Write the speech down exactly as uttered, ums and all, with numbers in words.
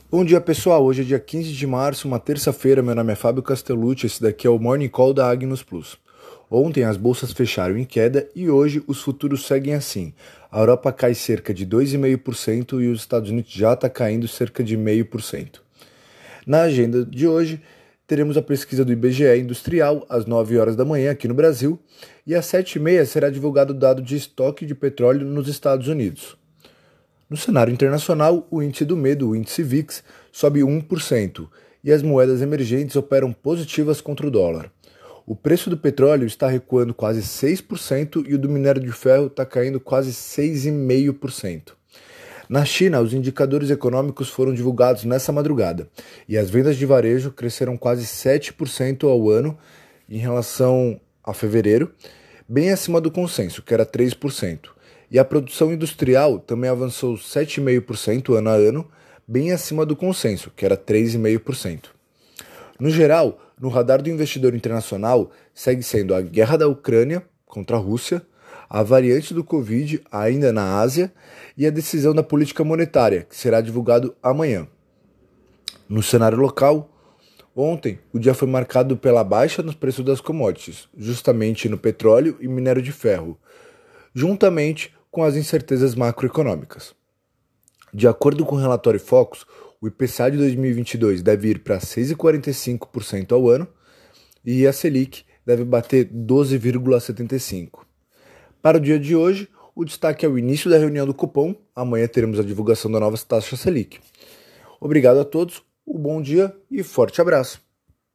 Bom dia, pessoal. Hoje é dia quinze de março, uma terça-feira. Meu nome é Fábio Castellucci. Esse daqui é o Morning Call da Agnus Plus. Ontem as bolsas fecharam em queda e hoje os futuros seguem assim. A Europa cai cerca de dois vírgula cinco por cento e os Estados Unidos já está caindo cerca de zero vírgula cinco por cento. Na agenda de hoje, teremos a pesquisa do I B G E Industrial às nove horas da manhã aqui no Brasil e às sete e meia será divulgado o dado de estoque de petróleo nos Estados Unidos. No cenário internacional, o índice do medo, o índice V I X, sobe um por cento e as moedas emergentes operam positivas contra o dólar. O preço do petróleo está recuando quase seis por cento e o do minério de ferro está caindo quase seis vírgula cinco por cento. Na China, os indicadores econômicos foram divulgados nessa madrugada e as vendas de varejo cresceram quase sete por cento ao ano em relação a fevereiro, bem acima do consenso, que era três por cento. E a produção industrial também avançou sete vírgula cinco por cento ano a ano, bem acima do consenso, que era três vírgula cinco por cento. No geral, no radar do investidor internacional segue sendo a guerra da Ucrânia contra a Rússia, a variante do Covid ainda na Ásia e a decisão da política monetária, que será divulgado amanhã. No cenário local, ontem o dia foi marcado pela baixa nos preços das commodities, justamente no petróleo e minério de ferro, juntamente com as incertezas macroeconômicas. De acordo com o relatório Focus, o I P C A de dois mil e vinte e dois deve ir para seis vírgula quarenta e cinco por cento ao ano e a Selic deve bater doze vírgula setenta e cinco por cento. Para o dia de hoje, o destaque é o início da reunião do Copom. Amanhã teremos a divulgação da nova taxa Selic. Obrigado a todos, um bom dia e forte abraço.